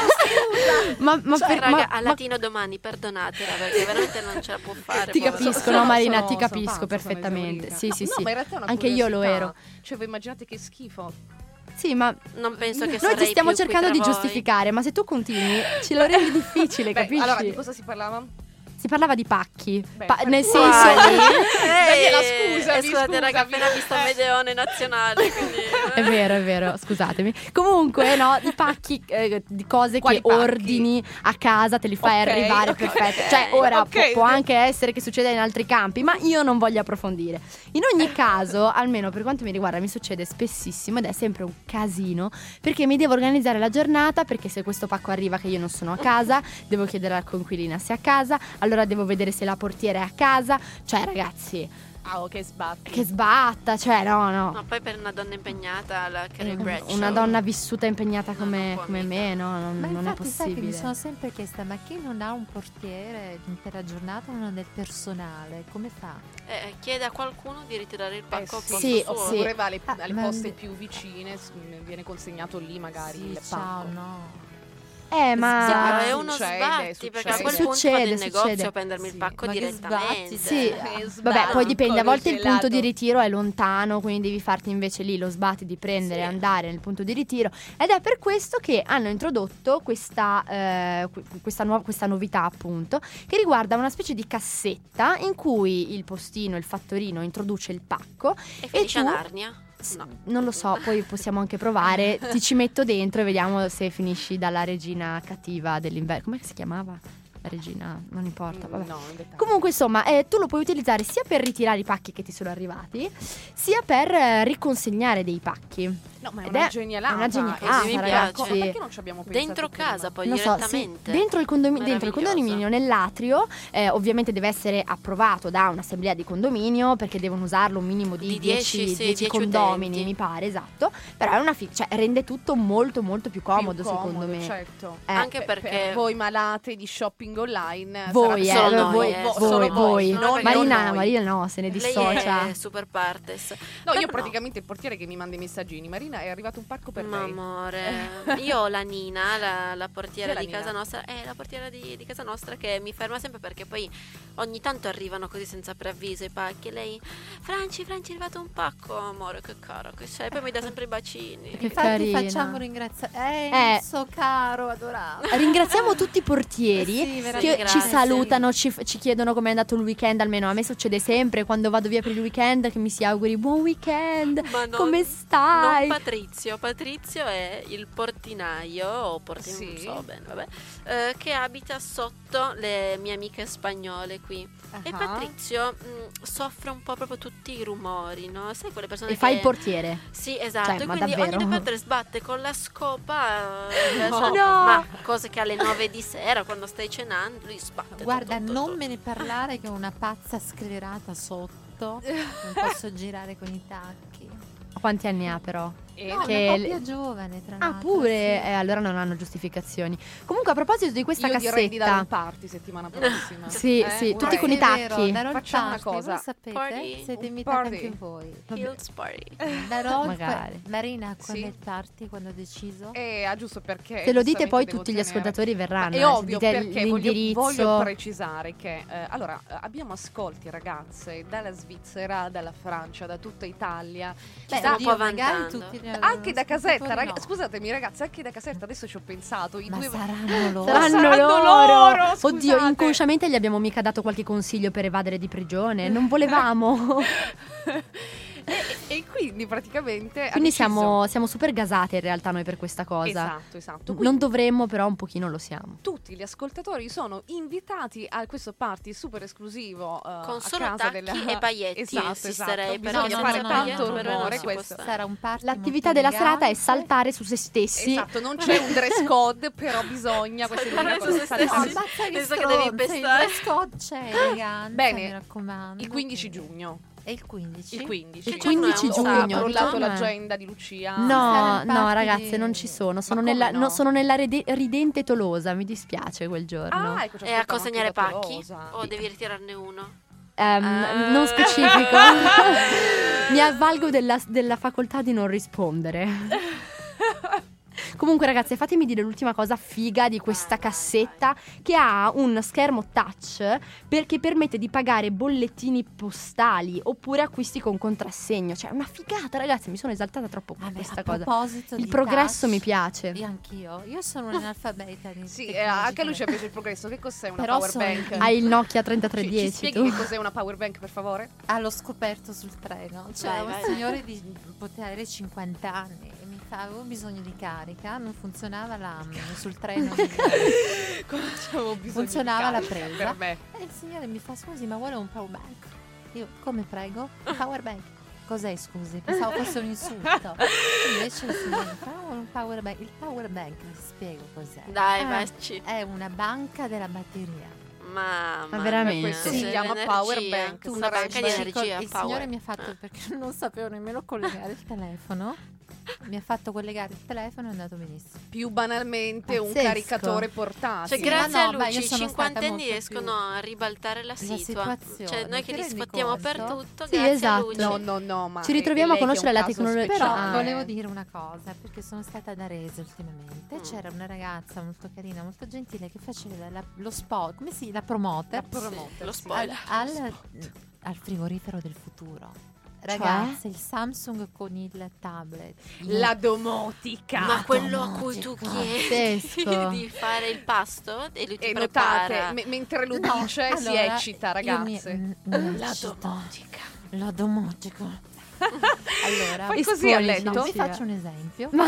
Cioè, per- raga, ma- a latino domani, perdonatela perché veramente non ce la può fare. Ti povera capisco, persona. no, Marina, ti sono capisco pazza, sono perfettamente. esaurita. Sì, No, sì, no, sì. ma in realtà è una Anche io lo curiosità. ero. Cioè, voi immaginate che schifo. Sì, ma Non penso che noi sarei ti stiamo più qui cercando tra di voi. giustificare, ma se tu continui ce lo rendi difficile, Beh, capisci? allora, di cosa si parlava? Si parlava di pacchi. Beh, Nel senso Quali? Daniela, scusami, Scusate, raga, scusami. appena visto un videone nazionale, quindi... È vero, scusatemi. Comunque, no, i pacchi di cose Quali che pacchi? ordini a casa, te li fai Ok, arrivare, ok. perfetto. Cioè, ora Ok. può anche essere che succeda in altri campi, ma io non voglio approfondire. In ogni caso, almeno per quanto mi riguarda, mi succede spessissimo ed è sempre un casino, perché mi devo organizzare la giornata, perché se questo pacco arriva che io non sono a casa, devo chiedere alla coinquilina se è a casa, allora devo vedere se la portiera è a casa. Cioè, ragazzi, Che sbatti. che sbatta, cioè, no. Ma poi per una donna impegnata la Carrie Bradshaw. Una donna vissuta e impegnata No, non può come mica. me, no, Ma non è infatti sai che mi possibile. sono sempre chiesta, ma chi non ha un portiere l'intera giornata, non ha del personale, come fa? Chiede a qualcuno di ritirare il pacco al Sì, posto sì, suo. sì. Oppure va alle Ah, ma- poste più vicine, viene consegnato lì magari Sì, il ciao, pacco. no. Ma Sì, però è Succede, uno sbatti perché a succede. quel punto vado Succede, in negozio succede. a prendermi il Sì, pacco ma che direttamente. sbatti, sì, Che vabbè, poi dipende, a volte il gelato. punto di ritiro è lontano, quindi devi farti invece lì lo sbatti di prendere e andare nel punto di ritiro. Ed è per questo che hanno introdotto questa novità, appunto, che riguarda una specie di cassetta in cui il postino, il fattorino introduce il pacco E finisce a tu- Narnia? No. Non lo so, poi possiamo anche provare. Ti ci metto dentro e vediamo se finisci dalla regina cattiva dell'inverno. Come si chiamava? La regina, non importa, vabbè. No, in dettaglio. Comunque, insomma, tu lo puoi utilizzare sia per ritirare i pacchi che ti sono arrivati, sia per riconsegnare dei pacchi. No, ma è Ed una è genialata. una genialata, E mi ragazzi. piace. Perché non ci abbiamo pensato Dentro prima? casa poi Non so, sì, direttamente. dentro il Meraviglioso. condominio, nell'atrio, ovviamente deve essere approvato da un'assemblea di condominio, perché devono usarlo un minimo di Di 10, 10 sì, 10 condomini, utenti. mi pare, esatto. Però è una cioè rende tutto molto molto più comodo, Più comodo, secondo me. certo. Anche Per perché voi malate di shopping online, Voi, sarà solo noi, voi, solo voi. non Marina, noi. Marina no, se ne lei dissocia. è super partes. No, io Però praticamente il portiere che mi manda i messaggini. Marina, è arrivato un pacco per lei. Amore, io ho la Nina, la portiera Chi è di la casa Nina? nostra, è la portiera di casa nostra che mi ferma sempre perché poi ogni tanto arrivano così senza preavviso i pacchi. E lei, Franci, è arrivato un pacco, amore, che caro che sei. Poi mi dà sempre i bacini. Che Infatti carina. facciamo ringraziare. Enzo, caro, adorato. Ringraziamo tutti i portieri Sì, che veramente. grazie. ci salutano, ci chiedono come è andato il weekend. Almeno a me succede sempre quando vado via per il weekend che mi si auguri buon weekend. Ma non- Come stai? Non Patrizio. Patrizio è il portinaio o portinaio, Sì. non so bene, vabbè, che abita sotto le mie amiche spagnole qui. E Ah. Patrizio soffre un po' proprio tutti i rumori, no? Sai quelle persone E che fa il portiere. Sì, esatto. Cioè, E ma quindi davvero? ogni due per tre sbatte con la scopa. No. No. Ma cose che alle 9 di sera, quando stai cenando, lui sbatte. Guarda, tutto. non me ne parlare che ho una pazza sclerata sotto. Non posso girare con i tacchi. Quanti anni ha però? E No, Che una le- coppia giovane, tra Ah, l'altro. pure? sì. Allora non hanno giustificazioni. Comunque, a proposito di questa io direi di dare un cassetta, party settimana prossima. Sì, sì, Un tutti con i rave. È vero, tacchi. darò il Facciamo una party, cosa. voi sapete, Party. siete Un invitati party. anche voi. Hills Party. Darò il Magari. Marina, quando Sì. è il party, quando ho deciso? giusto perché Se lo dite giustamente poi devo tutti gli tenere- ascoltatori verranno. È se ovvio, dite perché l'indirizzo. voglio precisare che allora abbiamo ascolti, ragazze, dalla Svizzera, dalla Francia, da tutta Italia. Beh, stiamo oddio, un po' magari vantando. tutti Anche da casetta, no. scusatemi ragazzi, anche da casetta, adesso ci ho pensato. Ma saranno loro. Saranno loro, Oddio, scusate. inconsciamente gli abbiamo mica dato qualche consiglio per evadere di prigione. Non volevamo. E quindi praticamente Quindi ha deciso- siamo super gasate in realtà noi per questa cosa. Esatto. Non Quindi dovremmo, però un pochino lo siamo. tutti gli ascoltatori sono invitati a questo party super esclusivo Con a solo casa tacchi e pailletti, Esatto, assisterei, Bisogna perché fare senza tanto pailletti per me non rumore si può questo. stare. Sarà un party L'attività molto della serata è elegante. saltare su se stessi. Esatto, non c'è un dress code, però bisogna questa è l'unica Saltare cosa, su se saltare. stessi. Ammazza gli Penso che devi stronzi, pestare. il scotch è eleganza, Bene, mi raccomando. Il 15 giugno. E il 15? Il 15. Il 15 Ho giugno. crollato Giugno è- l'agenda di Lucia. No, sarà il no, party ragazze, di- non ci sono. Sono Ma come nella, no? sono nella ridente Tolosa. Mi dispiace quel giorno. Ah, ecco, ci E a aspettano consegnare anche da pacchi? Tolosa. O devi ritirarne uno? Non specifico. Mi avvalgo della facoltà di non rispondere. Comunque ragazzi, fatemi dire l'ultima cosa figa di questa cassetta, che ha un schermo touch perché permette di pagare bollettini postali oppure acquisti con contrassegno. Cioè una figata, ragazzi, mi sono esaltata troppo con Vabbè, questa a cosa. proposito Il di progresso touch, mi piace. Io anch'io. Io sono un'analfabeta di Sì, tecnologia. anche a Lucia piace il progresso. Che cos'è una Però power sono bank? Hai il Nokia Ci 3310 spieghi tu. che cos'è una power bank, per favore? Ah, l'ho scoperto sul treno. C'era Vai, un vai. signore di poter avere 50 anni e mi fa, avevo bisogno di carica, non funzionava sul treno. Avevo bisogno Funzionava di la carica presa. per me. E il signore mi fa, scusi, ma vuole un power bank? Io, come prego? Power bank. Cos'è, scusi? Pensavo fosse un insulto. Invece il signore mi fa, un power bank. Il power bank, vi spiego cos'è. Dai, vacci. È una banca della batteria. Mamma Ma veramente? mia, Questo c'è si chiama l'energia. power bank. Una banca di sarebbe- energia. Il power. signore mi ha fatto, perché non sapevo nemmeno collegare il telefono, mi ha fatto collegare il telefono e è andato benissimo. Più banalmente un Pazzesco. caricatore portatile. Cioè, Sì, grazie ma no, a ma Luci, io i sono stata 50 anni molto riescono a ribaltare la situazione. Cioè, noi che Ti li rendi sfottiamo per conto? tutto, Sì, grazie esatto. a Luci. No, ma Ci ritroviamo è a lei che è conoscere un la caso tecnologia. Però speciale. volevo dire una cosa, perché sono stata ad Arese ultimamente. C'era una ragazza molto carina, molto gentile, che faceva lo spot, come si, la promoter, Lo spoiler. al frigorifero del futuro. Ragazze, il Samsung con il tablet. La domotica. Ma quello a cui tu chiedi Pazzesco. di fare il pasto e lui ti E prepara. notate, mentre lo No, dice si allora, eccita, io ragazze. La eccito. domotica. La domotica. Allora, Fai così a letto? no, vi faccio un esempio. Ma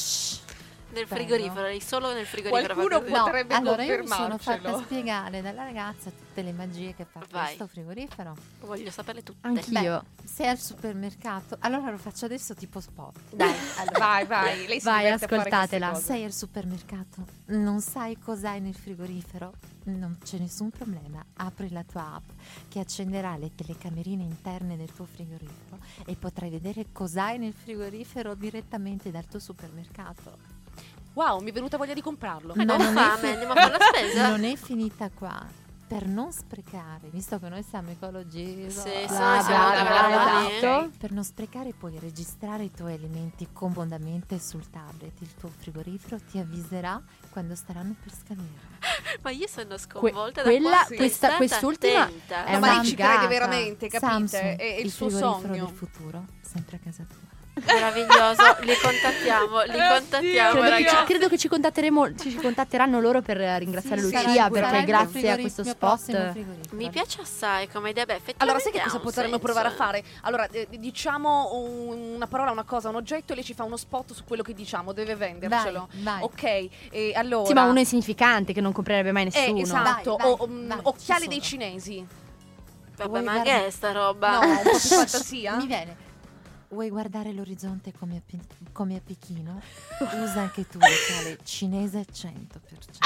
Nel Prego. frigorifero, eri solo nel frigorifero. Qualcuno fa può- così. potrebbe allora io mi sono confermarcelo. fatta spiegare dalla ragazza tutte le magie che fa Vai. questo frigorifero. Voglio saperle tutte. anch'io. Sei al supermercato, allora lo faccio adesso tipo spot. Dai. Vai, lei si Vai, diverte a fare ascoltatela. queste cose. Sei al supermercato, non sai cos'hai nel frigorifero, non c'è nessun problema. Apri la tua app che accenderà le telecamerine interne del tuo frigorifero e potrai vedere cos'hai nel frigorifero direttamente dal tuo supermercato. Wow, mi è venuta voglia di comprarlo. Ma non non è fame, andiamo a fare la spesa. Non è finita qua. Per non sprecare, visto che noi siamo ecologisti, Sì, bla, sì, bla, siamo bla, bravi, bla, bravi. bla, per non sprecare puoi registrare i tuoi alimenti comodamente sul tablet. Il tuo frigorifero ti avviserà quando staranno per scadere. Ma io sono sconvolta quella- da quanto questa- è stata quest'ultima attenta. è No, ma una lei ci figata. crede veramente, capite? Samsung, È il suo frigorifero sogno. del futuro, sempre a casa tua. Meraviglioso, li contattiamo, Credo che ci contatteranno loro per ringraziare Sì, Lucia sarà perché il grazie a mio questo prossimo spot. frigorifero. Mi piace assai come idea. Beh, effettivamente Allora, sai che ha cosa un potremmo senso. provare a fare? Allora, diciamo una parola, una cosa, un oggetto e lei ci fa uno spot su quello che diciamo, deve vendercelo. Vai. Ok, e allora... Sì, ma uno insignificante che non comprerebbe mai nessuno. esatto, Vai, o vai, occhiali ci dei sono. cinesi. Vabbè, Vuoi ma guardare- che è sta roba? No, un po' più fantasia. Mi viene. Vuoi guardare l'orizzonte come a Pechino? Usa anche tu l'occhiale cinese 100%.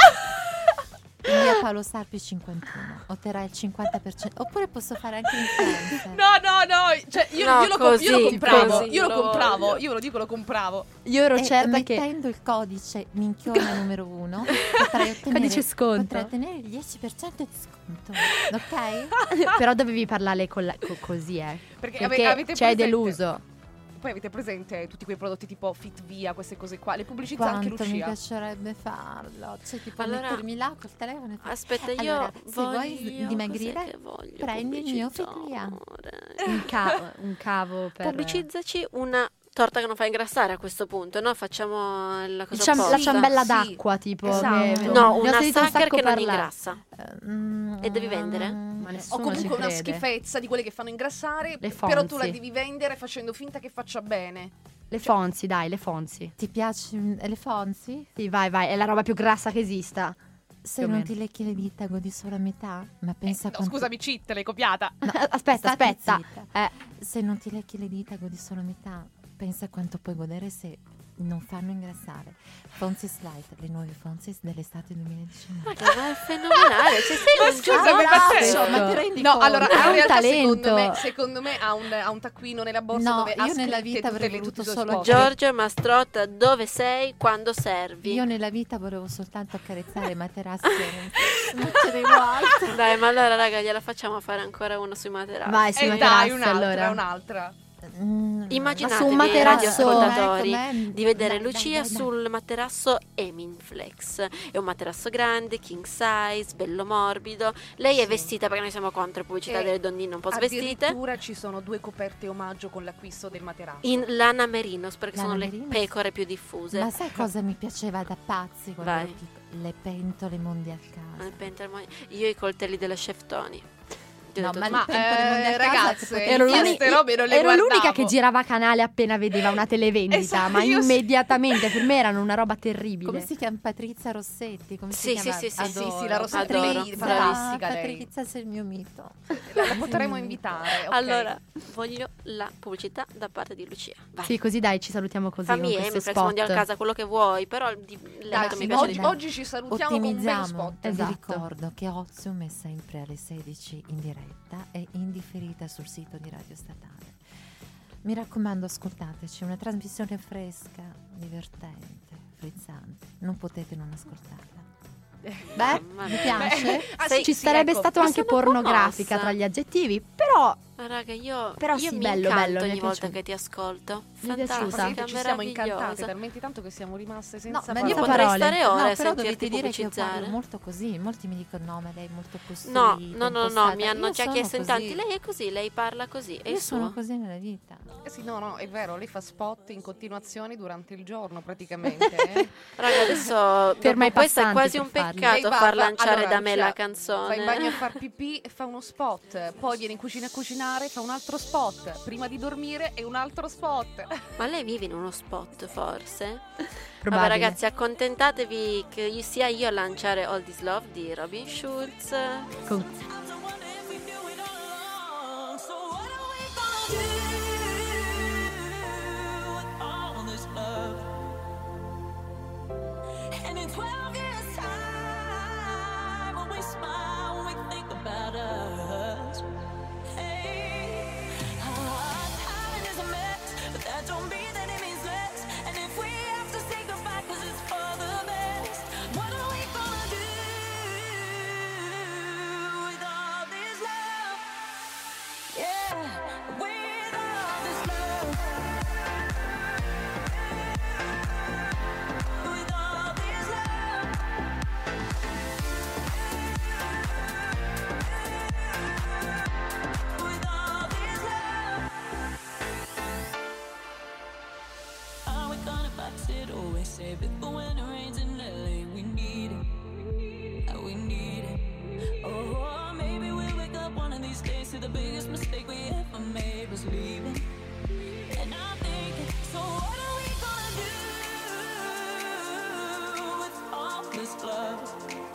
In via Paolo Sarpi 51 otterrai il 50%. Oppure posso fare anche l'influencer. No, cioè io, No, io lo così, compravo, così, io lo lo compravo, voglio. io ve lo dico, lo compravo. Io ero E certa che mettendo il codice minchiona numero 1 potrai ottenere, Codice sconto. potrai ottenere il 10% di sconto. Ok? però dovevi parlare così, Perché perché avete ci hai presente- deluso. Poi avete presente tutti quei prodotti tipo Fit Via, queste cose qua, le pubblicizza anche Quanto mi Lucia. piacerebbe farlo. Cioè, tipo Allora- mettermi là col telefono e fare. Aspetta, io Allora, se voglio... vuoi dimagrire, cos'è che voglio? prendi il mio Fit Pubblicizzare. Via. Un cavo per Pubblicizzaci una torta che non fa ingrassare a questo punto, no? Facciamo la cosa La opposta. ciambella Sì, d'acqua, tipo. esatto. che- No, ne ho una sentito un sucker sacco che non parlare. ingrassa. E devi vendere? Ma O nessuno comunque ci una crede. schifezza di quelle che fanno ingrassare, Le però tu la Fonzi. devi vendere facendo finta che faccia bene. Le Fonzi, dai, le Fonzi. Ti piace le Fonzi? Sì, vai, è la roba più grassa che esista. Se Più o non meno. ti lecchi le dita godi solo a metà? Ma pensa No, quanto... scusami, cheat, l'hai copiata. No, aspetta. State zitta. Eh, Se non ti lecchi le dita godi solo a metà. Pensa quanto puoi godere se non fanno ingrassare. Fonzis Light, le nuove Fonzis dell'estate 2019. Ma è fenomenale. Cioè, sei un scusami, giovane. ma ti rendi No, conto? allora, Ha in un realtà talento. secondo me ha un taccuino nella borsa No, dove ha io nella scritte vita tutte avrei le- voluto tutti i solo suoi spot. Giorgio Mastrotta, dove sei quando servi? Io nella vita volevo soltanto accarezzare i materassi. Non ce ne vuoi altro. Dai, ma allora raga, gliela facciamo fare ancora uno sui materassi. vai, sui Dai, materassi, un'altra, allora. un'altra. Immaginatevi, Ma su un materasso- radioascoltatori, Com'è? di vedere Dai, Lucia dai. sul materasso Eminflex. È un materasso grande, king size, bello morbido. Lei è Sì. vestita, perché noi siamo contro pubblicità E delle donnine un po' svestite, Addirittura ci sono 2 coperte omaggio con l'acquisto del materasso. in lana merinos, perché Lana sono le merinos? pecore più diffuse. Ma sai cosa mi piaceva da pazzi quando Vai. ero piccola? Le pentole mondial casa. Io i coltelli della Chef Tony. Ti ho No, detto ma tutto. le pentole mondial casa ragazze, che potevi ero fare- l'unica- queste robe non le ero l'unica guardavo. che girava canale appena vedeva una televendita, Esatto, ma io sì. immediatamente per me erano una roba terribile. Come si chiama? Patrizia Rossetti? Come Sì, si chiama? sì, sì, Adoro. sì, la Rossetti, Adoro. lei è fantastica, lei. Patrizia sei il mio mito. La potremo invitare. ok. Allora, voglio la pubblicità da parte di Lucia. Vai. Sì, così dai, ci salutiamo così Fammi con questo Emiflex, spot. Mondial Casa, quello che vuoi, però Dai, letto sì, mi piace oggi, di più. oggi ci salutiamo con un bello Ottimizziamo. spot. Esatto. Vi ricordo che Ozium è sempre alle 16 in diretta e indifferita sul sito di Radio Statale. Mi raccomando, ascoltateci, è una trasmissione fresca, divertente, frizzante. Non potete non ascoltarla. Beh, Mamma mi mia. piace. Ah, Sei- Ci sì, sarebbe ecco. stato Ma anche sono pornografica commossa. tra gli aggettivi, però Ma raga, io Però sì, mi bello, incanto bello, mi è ogni volta piaciuto. che ti ascolto. Mi è piaciuta. Fantastica, Perché ci siamo incantate meravigliosa. talmente tanto che siamo rimaste senza ma parole. Io Senza potrei parole. stare ore No, a però sentirti dovete dire che io parlo pubblicizzare. molto così. Molti mi dicono no, ma lei è molto costruita. No, no, impostata. mi hanno Io già sono chiesto in così. tanti. Lei è così, lei parla così, è Io il sono suo. così nella vita. Sì, no, è vero, lei fa spot in continuazione durante il giorno praticamente. Eh. Raga, adesso Ferma dopo i questo è passanti quasi per un farli. peccato Lei va- far va- lanciare allora, da me la Lucia, canzone. Va in bagno a far pipì e fa uno spot, poi viene in cucina a cucinare, fa un altro spot, prima di dormire e un altro spot. Ma lei vive in uno spot, forse? probabile. Vabbè ragazzi, accontentatevi che sia io a lanciare All This Love di Robin Schulz. Con- And in 12 years' time, when we smile, when we think about us, hey, our timing is a mess, but that don't mean that it means less. And if we have to say goodbye 'cause it's for the best, what are we gonna do with all this love? Yeah, with all this love. With all this love. With all this love. Are we gonna box it or save it for when it rains in LA? We need it. We need it. Oh, maybe we'll wake up one of these days to the biggest mistake we ever made was leaving. And I'm thinking, so what are we gonna do with all this love?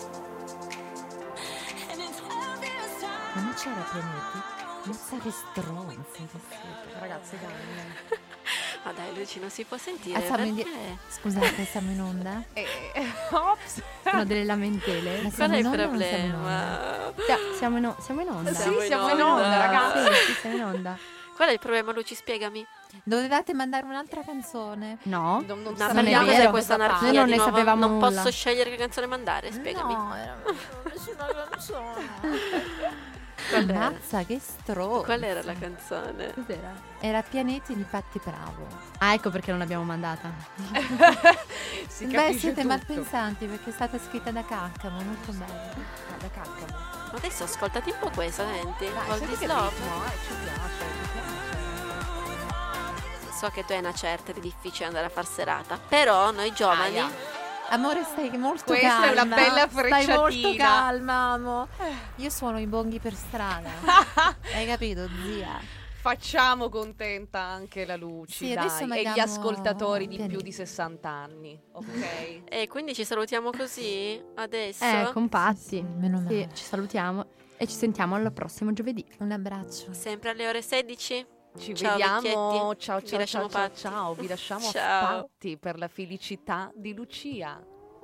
And in 12 years' time. Ma non c'era Pianeti? Non sa che stronzi che siete. Ragazzi, dai. Ma dai Luci, non si può sentire. Ah, siamo in perché? Scusate, siamo in onda? Ops. sono delle lamentele. Ma Qual siamo è in il onda o non siamo in onda? problema? Siamo in onda. Sì, siamo in onda, ragazzi. Sì, siamo in onda. Qual è il problema, Luci? Spiegami. Dovevate mandare un'altra canzone. No? Non No, sappiamo perché perché vero. cos'è questa anarchia Noi non di ne nuovo? sapevamo Non nulla. posso scegliere che canzone mandare, spiegami. No, era nessuna canzone. Qual era? Mazza, che stronzo. Qual era la canzone? Cos'era? Era Pianeti di Patti Bravo. Ah, ecco perché non l'abbiamo mandata. Si Beh, capisce siete tutto. malpensanti perché è stata scritta da Caccamo, molto bella. Ah, da Caccamo. Ma adesso ascoltati un po' questa, senti? Dai, All senti This che Love. ritmo, ci piace, ci piace. So che tu hai una certa, è difficile andare a far serata, però noi giovani... Amore, stai molto Questa calma. è una bella Stai molto frecciatina. calma, amo. Io suono i bonghi per strada. Hai capito, zia? Facciamo contenta anche la Luci, Sì, adesso dai, e gli mandiamo ascoltatori di pianino. più di 60 anni, ok? E quindi ci salutiamo così adesso. Compatti. Sì, meno Sì, male. ci salutiamo e ci sentiamo al prossimo giovedì. Un abbraccio. Sempre alle ore 16. Ci Ciao, vediamo, vecchietti. ciao Vi ciao lasciamo ciao, patti. ciao, vi lasciamo Ciao. patti per la felicità di Lucia.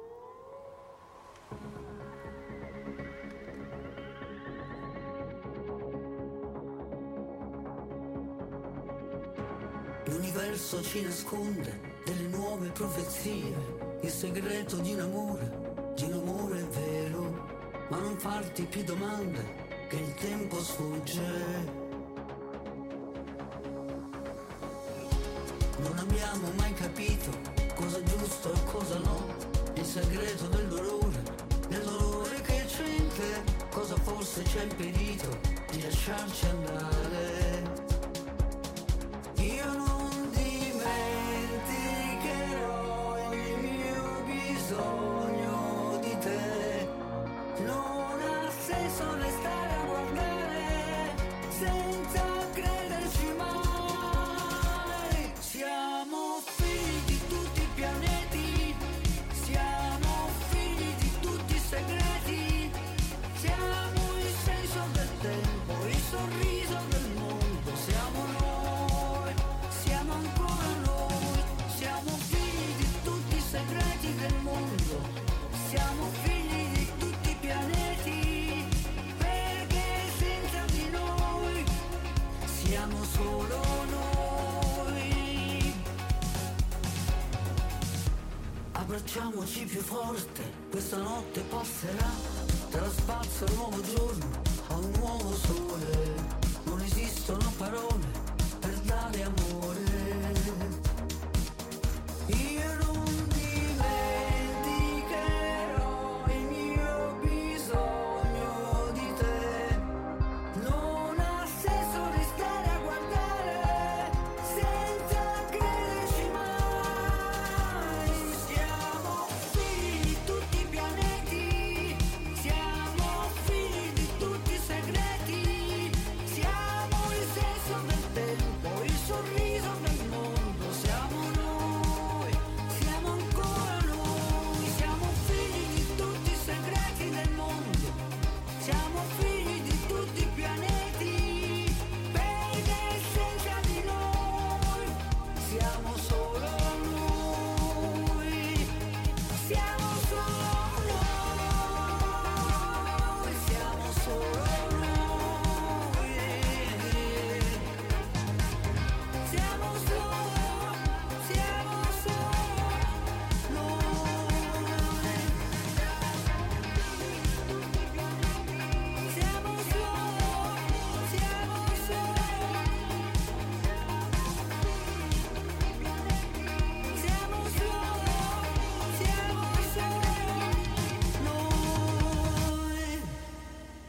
L'universo ci nasconde delle nuove profezie, il segreto di un amore vero, ma non farti più domande, che il tempo sfugge. Non abbiamo mai capito cosa è giusto e cosa no, il segreto del dolore che sente, cosa forse ci ha impedito di lasciarci andare. Io non dimenticherò il mio bisogno di te, non ha senso restare a guardare senza crederci mai. Siamo figli di tutti i pianeti, siamo figli di tutti i segreti, siamo il senso del tempo, il sorriso del mondo, siamo noi, siamo ancora noi, siamo figli di tutti i segreti del mondo, siamo figli di tutti i pianeti, perché senza di noi siamo solo noi. Abbracciamoci più forte, questa notte passerà, darà spazio al nuovo giorno, a un nuovo sole.